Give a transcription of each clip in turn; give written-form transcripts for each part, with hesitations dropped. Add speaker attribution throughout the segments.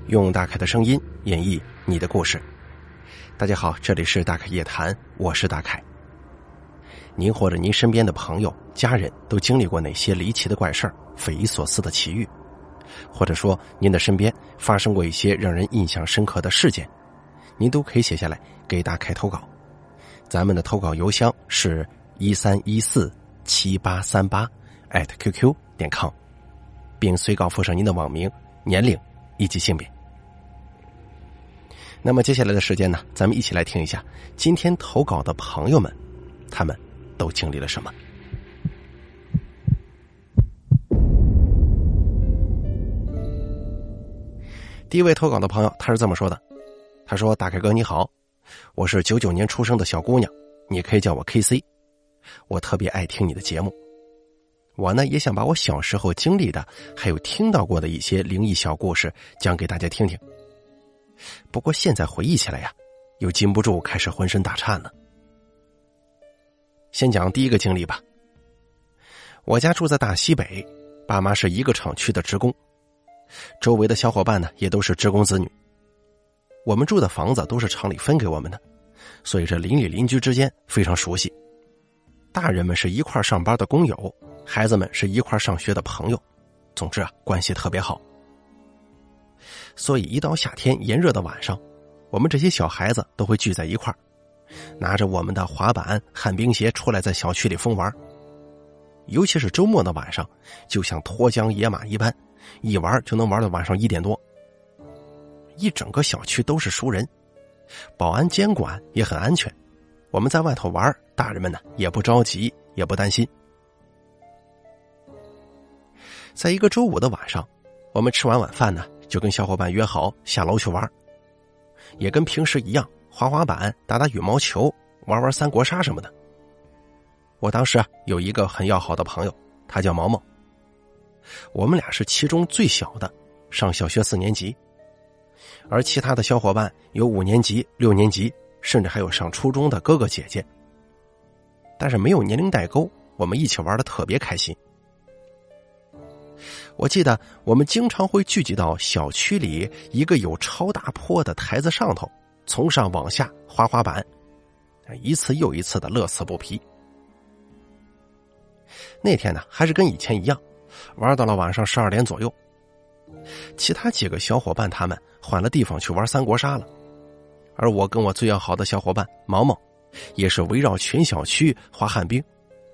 Speaker 1: 用大凯的声音演绎你的故事。大家好，这里是大凯夜谈，我是大凯。您或者您身边的朋友、家人都经历过哪些离奇的怪事儿、匪夷所思的奇遇，或者说您的身边发生过一些让人印象深刻的事件，您都可以写下来给大凯投稿。咱们的投稿邮箱是13147838@qq.com， 并随稿附上您的网名、年龄以及性别。那么接下来的时间呢，咱们一起来听一下今天投稿的朋友们，他们都经历了什么。第一位投稿的朋友，他是这么说的，他说：大凯哥你好，我是99年出生的小姑娘，你可以叫我 KC， 我特别爱听你的节目。我呢也想把我小时候经历的还有听到过的一些灵异小故事讲给大家听听，不过现在回忆起来呀，又禁不住开始浑身打颤了。先讲第一个经历吧。我家住在大西北，爸妈是一个厂区的职工，周围的小伙伴呢也都是职工子女。我们住的房子都是厂里分给我们的，所以这邻里邻居之间非常熟悉。大人们是一块上班的工友，孩子们是一块上学的朋友，总之啊，关系特别好。所以一到夏天炎热的晚上，我们这些小孩子都会聚在一块儿，拿着我们的滑板、旱冰鞋出来在小区里疯玩。尤其是周末的晚上，就像脱缰野马一般，一玩就能玩到晚上1点多。一整个小区都是熟人，保安监管也很安全，我们在外头玩，大人们呢也不着急也不担心。在一个周五的晚上，我们吃完晚饭呢，就跟小伙伴约好下楼去玩，也跟平时一样，滑滑板、打打羽毛球、玩玩三国杀什么的。我当时有一个很要好的朋友，他叫毛毛，我们俩是其中最小的，上小学4年级，而其他的小伙伴有5年级、6年级，甚至还有上初中的哥哥姐姐。但是没有年龄代沟，我们一起玩得特别开心。我记得我们经常会聚集到小区里一个有超大坡的台子上头，从上往下滑滑板，一次又一次的乐此不疲。那天呢，还是跟以前一样，玩到了晚上12点左右。其他几个小伙伴他们换了地方去玩三国杀了，而我跟我最要好的小伙伴毛毛，也是围绕全小区滑旱冰。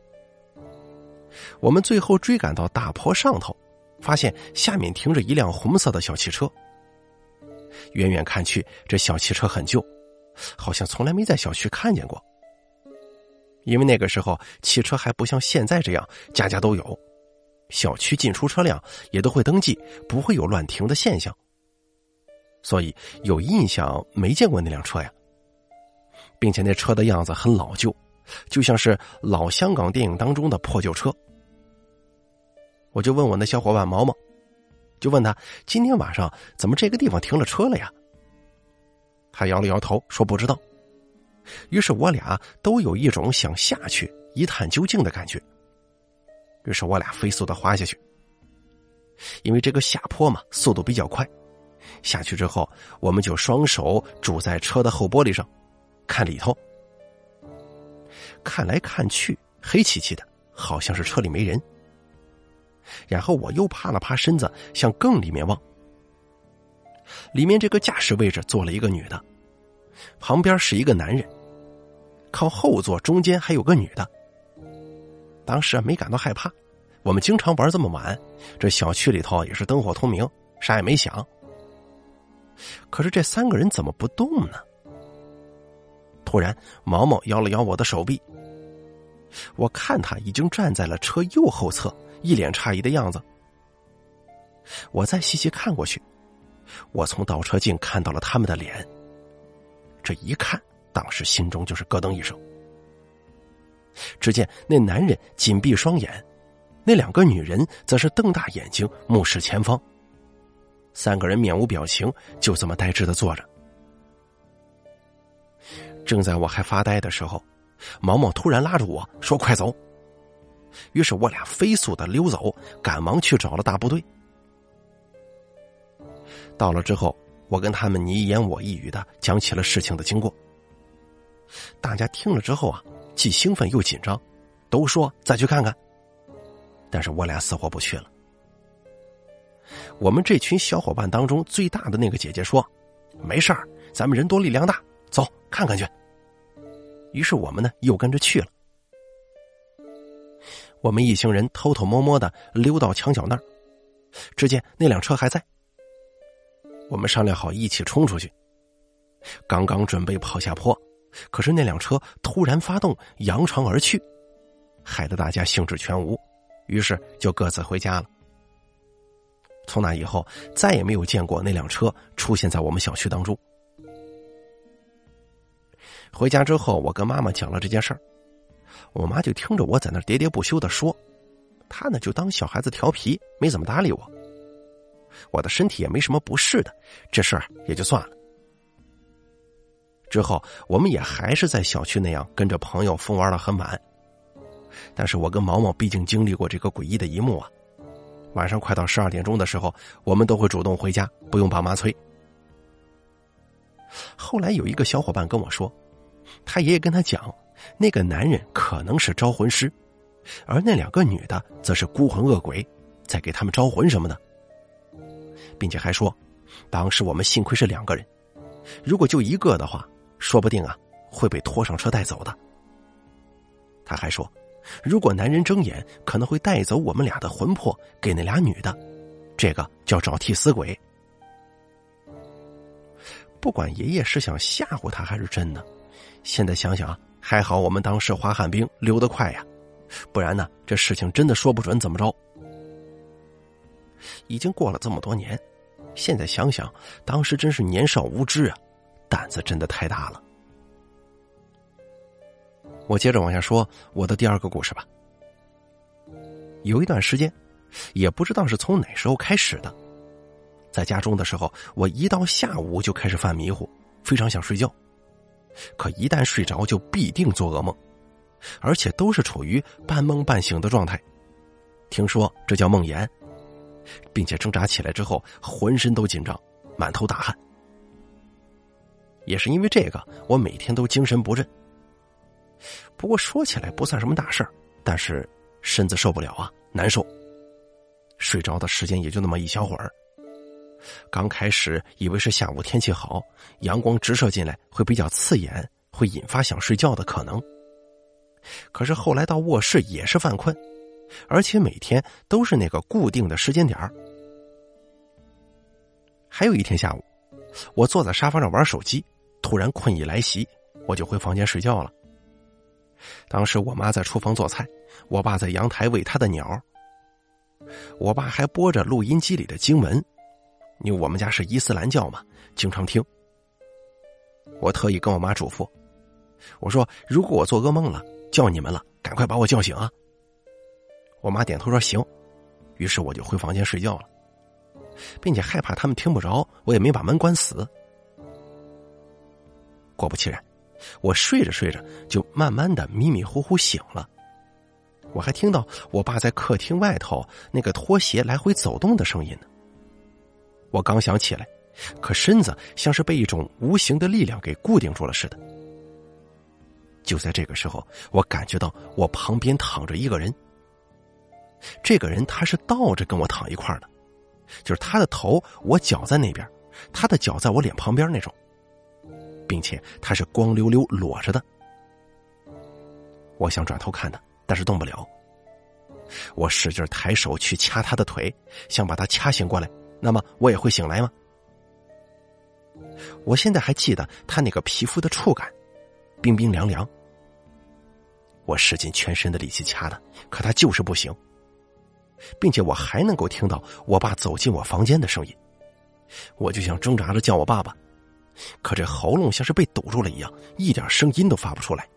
Speaker 1: 我们最后追赶到大坡上头，发现下面停着一辆红色的小汽车。远远看去，这小汽车很旧，好像从来没在小区看见过。因为那个时候汽车还不像现在这样家家都有，小区进出车辆也都会登记，不会有乱停的现象，所以有印象没见过那辆车呀。并且那车的样子很老旧，就像是老香港电影当中的破旧车。我就问我那小伙伴毛毛，就问他今天晚上怎么这个地方停了车了呀？他摇了摇头说不知道。于是我俩都有一种想下去一探究竟的感觉，于是我俩飞速的滑下去。因为这个下坡嘛，速度比较快，下去之后我们就双手拄在车的后玻璃上看里头，看来看去黑漆漆的，好像是车里没人。然后我又趴了趴身子向更里面望，里面这个驾驶位置坐了一个女的，旁边是一个男人，靠后座中间还有个女的。当时没感到害怕，我们经常玩这么晚，这小区里头也是灯火通明，啥也没响。可是这3个人怎么不动呢？突然毛毛摇了摇我的手臂，我看他已经站在了车右后侧，一脸诧异的样子。我再细细看过去，我从倒车镜看到了他们的脸。这一看，当时心中就是咯噔一声。只见那男人紧闭双眼，那2个女人则是瞪大眼睛目视前方。3个人面无表情，就这么呆滞地坐着。正在我还发呆的时候，毛毛突然拉着我说快走。于是我俩飞速地溜走，赶忙去找了大部队。 到了之后，我跟他们你一言我一语的讲起了事情的经过。大家听了之后啊，既兴奋又紧张，都说再去看看。但是我俩死活不去了。我们这群小伙伴当中最大的那个姐姐说，没事儿，咱们人多力量大，走看看去。于是我们呢又跟着去了。我们一行人偷偷摸摸的溜到墙角那儿，只见那辆车还在。我们商量好一起冲出去，刚刚准备跑下坡，可是那辆车突然发动扬长而去，害得大家兴致全无，于是就各自回家了。从那以后再也没有见过那辆车出现在我们小区当中。回家之后，我跟妈妈讲了这件事儿，我妈就听着我在那喋喋不休地说，她呢就当小孩子调皮，没怎么搭理我。我的身体也没什么不适的，这事儿也就算了。之后我们也还是在小区那样跟着朋友疯玩得很满，但是我跟毛毛毕竟经历过这个诡异的一幕啊。晚上快到12点钟的时候，我们都会主动回家，不用爸妈催。后来有一个小伙伴跟我说，他爷爷跟他讲，那个男人可能是招魂师，而那2个女的则是孤魂恶鬼，在给他们招魂什么的，并且还说当时我们幸亏是2个人，如果就1个的话，说不定啊会被拖上车带走的。他还说，如果男人睁眼，可能会带走我们俩的魂魄给那俩女的，这个叫找替死鬼。不管爷爷是想吓唬他还是真的，现在想想还好我们当时滑旱冰溜得快呀，不然呢这事情真的说不准怎么着。已经过了这么多年，现在想想当时真是年少无知啊，胆子真的太大了。我接着往下说我的第2个故事吧。有一段时间，也不知道是从哪时候开始的，在家中的时候，我一到下午就开始犯迷糊，非常想睡觉，可一旦睡着就必定做噩梦，而且都是处于半梦半醒的状态，听说这叫梦魇，并且挣扎起来之后浑身都紧张，满头大汗。也是因为这个，我每天都精神不振。不过说起来不算什么大事儿，但是身子受不了啊，难受。睡着的时间也就那么一小会儿。刚开始以为是下午天气好，阳光直射进来会比较刺眼，会引发想睡觉的可能。可是后来到卧室也是犯困，而且每天都是那个固定的时间点。还有一天下午，我坐在沙发上玩手机，突然困意来袭，我就回房间睡觉了。当时我妈在厨房做菜，我爸在阳台喂他的鸟，我爸还播着录音机里的经文，因为我们家是伊斯兰教嘛，经常听。我特意跟我妈嘱咐，我说如果我做噩梦了，叫你们了，赶快把我叫醒啊。我妈点头说行，于是我就回房间睡觉了，并且害怕他们听不着，我也没把门关死。果不其然，我睡着睡着就慢慢的迷迷糊糊醒了，我还听到我爸在客厅外头那个拖鞋来回走动的声音呢。我刚想起来，可身子像是被一种无形的力量给固定住了似的。就在这个时候，我感觉到我旁边躺着一个人，这个人他是倒着跟我躺一块的，就是他的头我脚在那边，他的脚在我脸旁边那种，并且他是光溜溜裸着的。我想转头看他，但是动不了。我使劲抬手去掐他的腿，想把他掐醒过来，那么我也会醒来吗？我现在还记得他那个皮肤的触感，冰冰凉凉。我使尽全身的力气掐他，可他就是不行，并且我还能够听到我爸走进我房间的声音。我就想挣扎着叫我爸爸，可这喉咙像是被堵住了一样，一点声音都发不出来。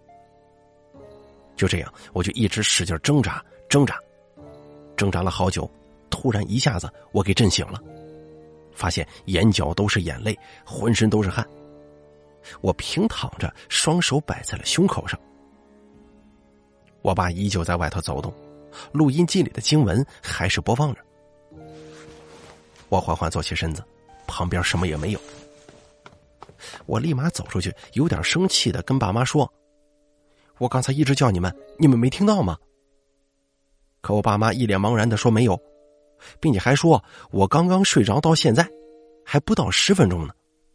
Speaker 1: 就这样，我就一直使劲挣扎了好久，突然一下子我给震醒了，发现眼角都是眼泪，浑身都是汗。我平躺着，双手摆在了胸口上。我爸依旧在外头走动，录音机里的经文还是播放着。我缓缓坐起身子， 旁边什么也没有。我立马走出去，有点生气的跟爸妈说：“我刚才一直叫你们，你们没听到吗？”可我爸妈一脸茫然的说没有，并且还说我刚刚睡着到现在还不到10分钟呢。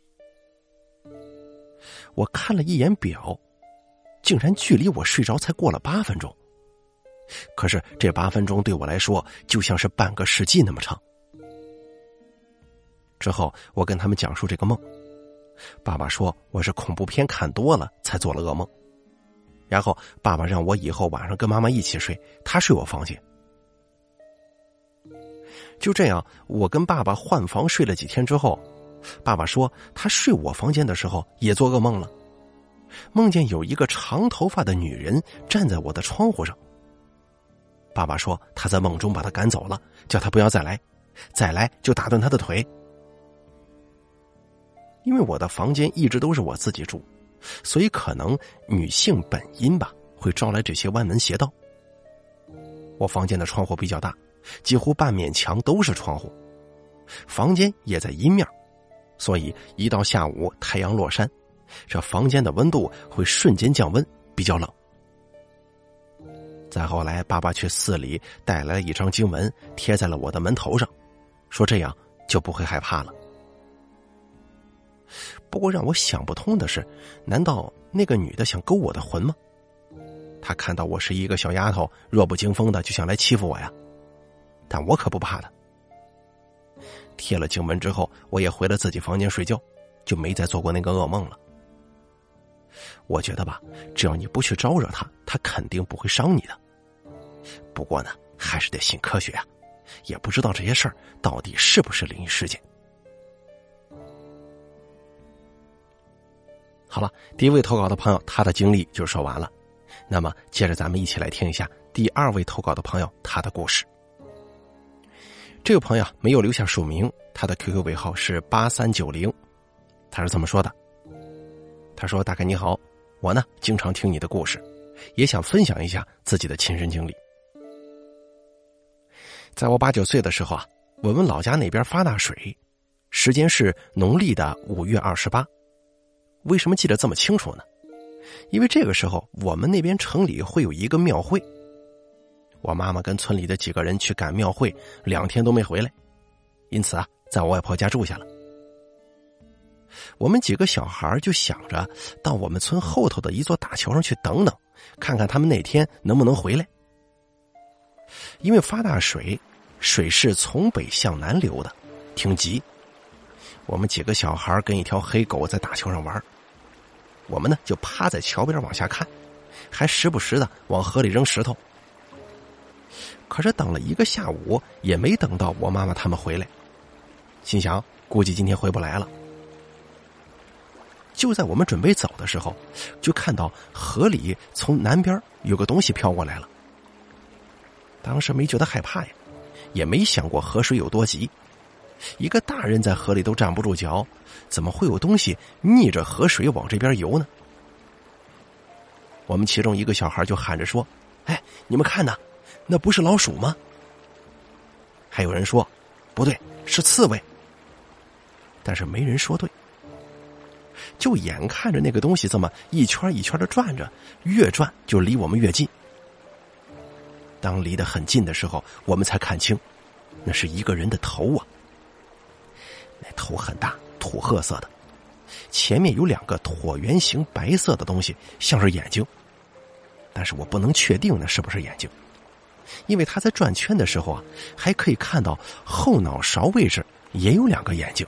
Speaker 1: 我看了一眼表，竟然距离我睡着才过了8分钟。可是这8分钟对我来说就像是半个世纪那么长。之后我跟他们讲述这个梦，爸爸说我是恐怖片看多了才做了噩梦，然后爸爸让我以后晚上跟妈妈一起睡，他睡我房间。就这样，我跟爸爸换房睡了几天之后，爸爸说他睡我房间的时候也做噩梦了，梦见有一个长头发的女人站在我的窗户上。爸爸说他在梦中把他赶走了，叫他不要再来，再来就打断他的腿。因为我的房间一直都是我自己住，所以可能女性本阴吧，会招来这些歪门邪道。我房间的窗户比较大，几乎半面墙都是窗户，房间也在阴面，所以一到下午太阳落山，这房间的温度会瞬间降温，比较冷。再后来爸爸去寺里带来了一张经文，贴在了我的门头上，说这样就不会害怕了。不过让我想不通的是，难道那个女的想勾我的魂吗？她看到我是一个小丫头，弱不禁风的就想来欺负我呀，但我可不怕她。贴了经文之后，我也回了自己房间睡觉，就没再做过那个噩梦了。我觉得吧，只要你不去招惹她，她肯定不会伤你的。不过呢，还是得信科学啊，也不知道这些事儿到底是不是灵异事件。好了，第一位投稿的朋友他的经历就说完了，那么接着咱们一起来听一下第2位投稿的朋友他的故事。这个朋友没有留下署名，他的 QQ 尾号是8390，他是这么说的。他说：大概你好，我呢经常听你的故事，也想分享一下自己的亲身经历。在我8、9岁的时候啊，我们老家那边发大水，时间是农历的5月28。为什么记得这么清楚呢？因为这个时候我们那边城里会有一个庙会，我妈妈跟村里的几个人去赶庙会，2天都没回来，因此啊，在我外婆家住下了。我们几个小孩就想着到我们村后头的一座大桥上去等等，看看他们那天能不能回来。因为发大水，水是从北向南流的，挺急。我们几个小孩跟一条黑狗在大桥上玩，我们呢就趴在桥边往下看，还时不时的往河里扔石头。可是等了1个下午，也没等到我妈妈他们回来，心想估计今天回不来了。就在我们准备走的时候，就看到河里从南边有个东西飘过来了。当时没觉得害怕呀，也没想过河水有多急，一个大人在河里都站不住脚，怎么会有东西逆着河水往这边游呢？我们其中一个小孩就喊着说：哎，你们看呐，那不是老鼠吗？还有人说不对，是刺猬。但是没人说对，就眼看着那个东西这么一圈一圈的转着，越转就离我们越近。当离得很近的时候，我们才看清那是一个人的头啊。那头很大，土褐色的，前面有2个椭圆形白色的东西，像是眼睛，但是我不能确定那是不是眼睛，因为他在转圈的时候啊，还可以看到后脑勺位置也有2个眼睛。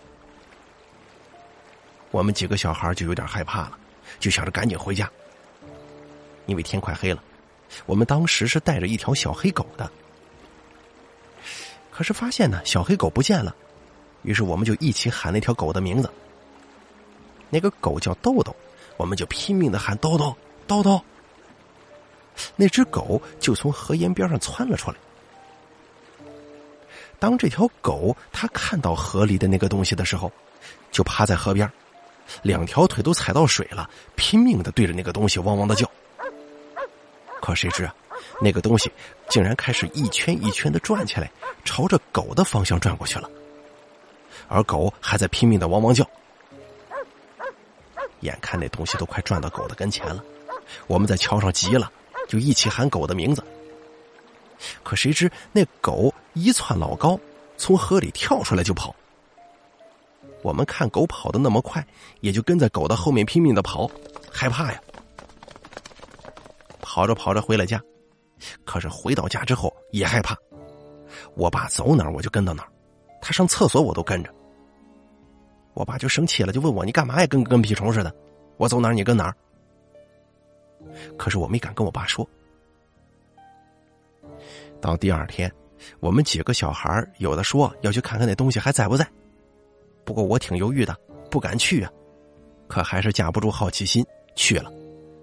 Speaker 1: 我们几个小孩就有点害怕了，就想着赶紧回家，因为天快黑了。我们当时是带着一条小黑狗的，可是发现呢小黑狗不见了，于是我们就一起喊那条狗的名字。那个狗叫豆豆，我们就拼命的喊豆豆豆豆。那只狗就从河沿边上窜了出来。当这条狗它看到河里的那个东西的时候，就趴在河边，2条腿都踩到水了，拼命的对着那个东西汪汪的叫。可谁知啊，那个东西竟然开始一圈一圈的转起来，朝着狗的方向转过去了。 而狗还在拼命的汪汪叫。眼看那东西都快转到狗的跟前了，我们在桥上急了，就一起喊狗的名字。可谁知那狗一窜老高，从河里跳出来就跑。我们看狗跑得那么快，也就跟在狗的后面拼命的跑，害怕呀。跑着跑着回了家，可是回到家之后也害怕。我爸走哪儿我就跟到哪儿，他上厕所我都跟着。我爸就生气了，就问我，你干嘛呀，跟屁虫似的，我走哪儿你跟哪儿。可是我没敢跟我爸说。到第二天，我们几个小孩有的说要去看看那东西还在不在，不过我挺犹豫的，不敢去啊，可还是架不住好奇心去了。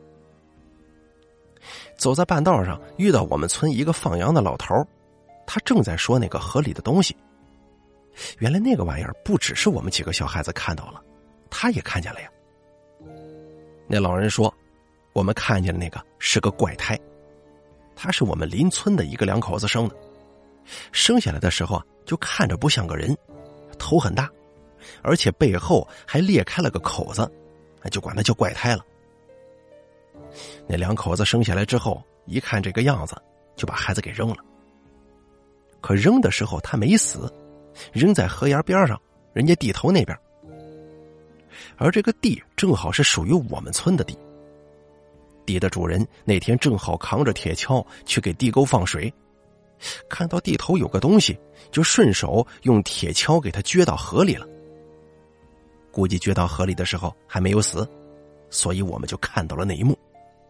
Speaker 1: 走在半道上，遇到我们村一个放羊的老头，他正在说那个河里的东西。原来那个玩意儿不只是我们几个小孩子看到了，他也看见了呀。那老人说，我们看见的那个是个怪胎，他是我们邻村的一个两口子生的，生下来的时候啊，就看着不像个人，头很大，而且背后还裂开了个口子，就管他叫怪胎了。那两口子生下来之后，一看这个样子，就把孩子给扔了。可扔的时候他没死，扔在河沿边上，人家地头那边。而这个地正好是属于我们村的地，地的主人那天正好扛着铁锹去给地沟放水，看到地头有个东西，就顺手用铁锹给它撅到河里了。估计撅到河里的时候还没有死，所以我们就看到了那一幕。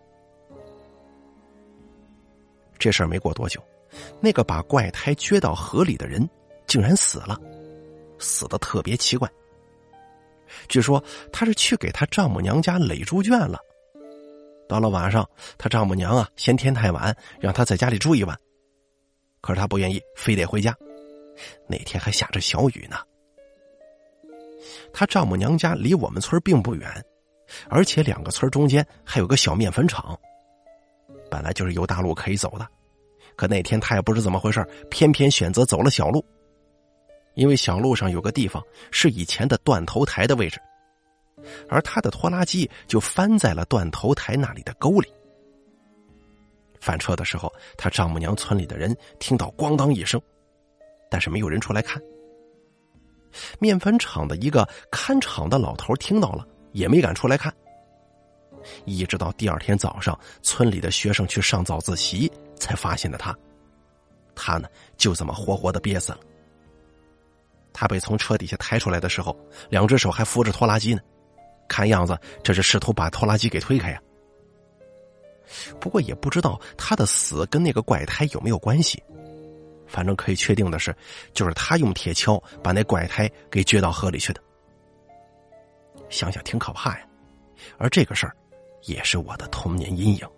Speaker 1: 这事儿没过多久，那个把怪胎撅到河里的人竟然死了，死得特别奇怪。据说他是去给他丈母娘家垒猪圈了，到了晚上，他丈母娘啊嫌天太晚，让他在家里住一晚，可是他不愿意，非得回家。那天还下着小雨呢。他丈母娘家离我们村并不远，而且两个村中间还有个小面粉厂，本来就是有大路可以走的，可那天他也不知怎么回事，偏偏选择走了小路。因为小路上有个地方是以前的断头台的位置，而他的拖拉机就翻在了断头台那里的沟里。翻车的时候，他丈母娘村里的人听到咣当一声，但是没有人出来看。面粉厂的一个看厂的老头听到了，也没敢出来看。一直到第二天早上，村里的学生去上早自习才发现了他。他呢，就这么活活的憋死了。他被从车底下抬出来的时候，两只手还扶着拖拉机呢，看样子这是试图把拖拉机给推开呀。不过也不知道他的死跟那个怪胎有没有关系，反正可以确定的是，就是他用铁锹把那怪胎给撅到河里去的。想想挺可怕呀，而这个事儿也是我的童年阴影。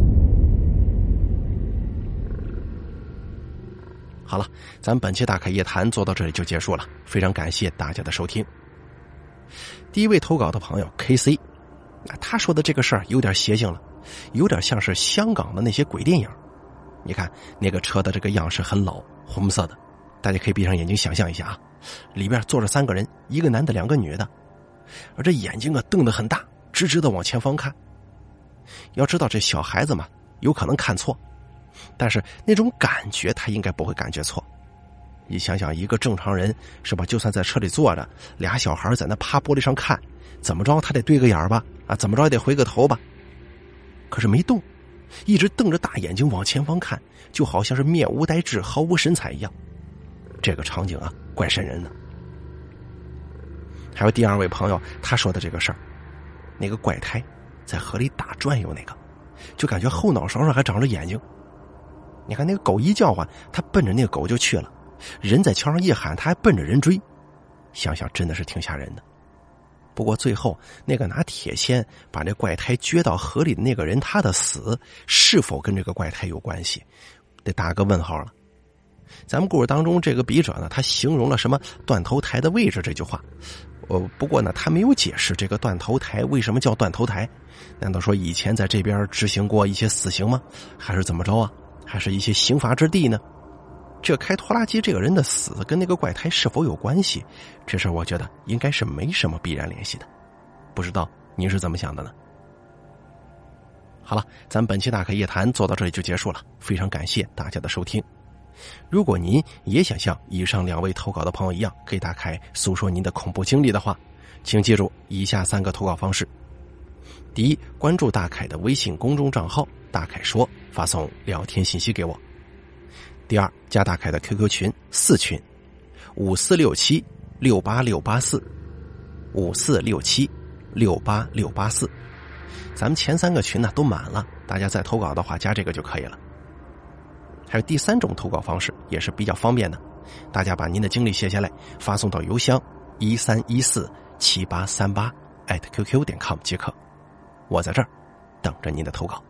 Speaker 1: 好了，咱本期大凯夜谈做到这里就结束了，非常感谢大家的收听。第一位投稿的朋友 KC， 他说的这个事儿有点邪性了，有点像是香港的那些鬼电影。你看那个车的这个样式很老，红色的，大家可以闭上眼睛想象一下啊，里边坐着3个人，一个男的2个女的，而这眼睛啊瞪得很大，直直的往前方看。要知道这小孩子嘛，有可能看错，但是那种感觉他应该不会感觉错。你想想一个正常人是吧，就算在车里坐着，2小孩在那趴玻璃上看，怎么着他得对个眼吧，怎么着也得回个头吧，可是没动，一直瞪着大眼睛往前方看，就好像是面无呆滞毫无神采一样。这个场景啊怪瘆人的。还有第2位朋友他说的这个事儿，那个怪胎在河里打转悠，那个就感觉后脑勺上还长着眼睛。你看那个狗一叫唤，他奔着那个狗就去了，人在桥上一喊，他还奔着人追，想想真的是挺吓人的。不过最后那个拿铁锨把这怪胎撅到河里的那个人，他的死是否跟这个怪胎有关系，得打个问号了。咱们故事当中这个笔者呢，他形容了什么断头台的位置这句话，不过呢他没有解释这个断头台为什么叫断头台，难道说以前在这边执行过一些死刑吗？还是怎么着啊？还是一些刑罚之地呢？ 这开拖拉机这个人的死跟那个怪胎是否有关系，这事我觉得应该是没什么必然联系的。不知道您是怎么想的呢？好了，咱本期大开夜谈做到这里就结束了，非常感谢大家的收听。如果您也想像以上2位投稿的朋友一样，给大凯诉说您的恐怖经历的话，请记住以下3个投稿方式。第一，关注大凯的微信公众账号大凯说，发送聊天信息给我。第二，加大凯的 QQ 群4群5467-68684 5467-68684，咱们前3个群呢都满了，大家再投稿的话加这个就可以了。还有第3种投稿方式也是比较方便的，大家把您的经历写下来，发送到邮箱13147838@qq.com 即可。我在这儿等着您的投稿。